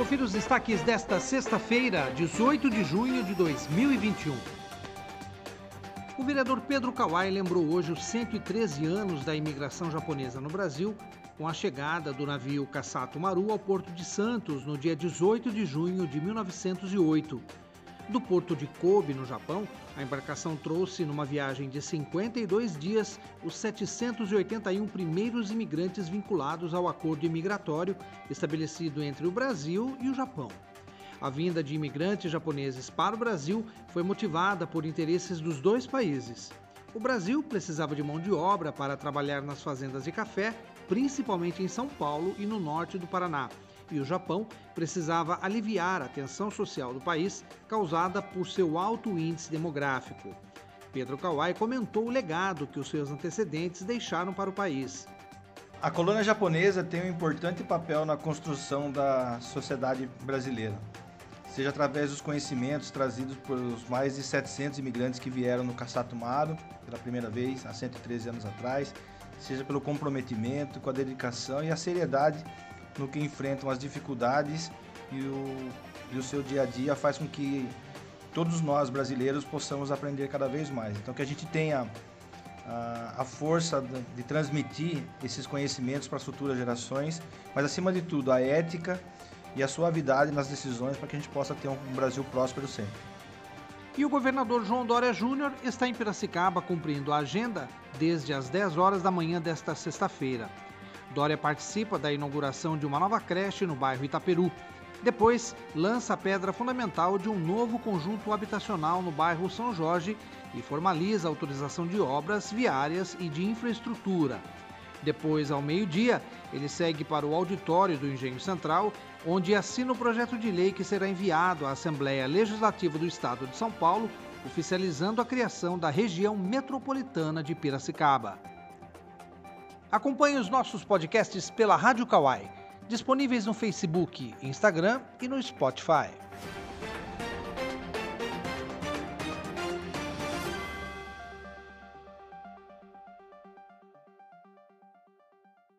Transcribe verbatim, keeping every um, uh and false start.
Confira os destaques desta sexta-feira, dezoito de junho de dois mil e vinte e um. O vereador Pedro Kawai lembrou hoje os cento e treze anos da imigração japonesa no Brasil, com a chegada do navio Kasato Maru ao Porto de Santos no dia dezoito de junho de mil novecentos e oito. Do porto de Kobe, no Japão, a embarcação trouxe, numa viagem de cinquenta e dois dias, os setecentos e oitenta e um primeiros imigrantes vinculados ao acordo imigratório estabelecido entre o Brasil e o Japão. A vinda de imigrantes japoneses para o Brasil foi motivada por interesses dos dois países. O Brasil precisava de mão de obra para trabalhar nas fazendas de café, principalmente em São Paulo e no norte do Paraná. E o Japão precisava aliviar a tensão social do país causada por seu alto índice demográfico. Pedro Kawai comentou o legado que os seus antecedentes deixaram para o país. A colônia japonesa tem um importante papel na construção da sociedade brasileira, seja através dos conhecimentos trazidos pelos mais de setecentos imigrantes que vieram no Kasato Maru pela primeira vez, há cento e treze anos atrás, seja pelo comprometimento, com a dedicação e a seriedade no que enfrentam as dificuldades e o, e o seu dia a dia faz com que todos nós brasileiros possamos aprender cada vez mais. Então que a gente tenha a, a força de, de transmitir esses conhecimentos para as futuras gerações, mas acima de tudo a ética e a suavidade nas decisões para que a gente possa ter um, um Brasil próspero sempre. E o governador João Dória Júnior está em Piracicaba cumprindo a agenda desde as dez horas da manhã desta sexta-feira. Dória participa da inauguração de uma nova creche no bairro Itaperu. Depois, lança a pedra fundamental de um novo conjunto habitacional no bairro São Jorge e formaliza a autorização de obras viárias e de infraestrutura. Depois, ao meio-dia, ele segue para o auditório do Engenho Central, onde assina o projeto de lei que será enviado à Assembleia Legislativa do Estado de São Paulo, oficializando a criação da região metropolitana de Piracicaba. Acompanhe os nossos podcasts pela Rádio Kawai, disponíveis no Facebook, Instagram e no Spotify.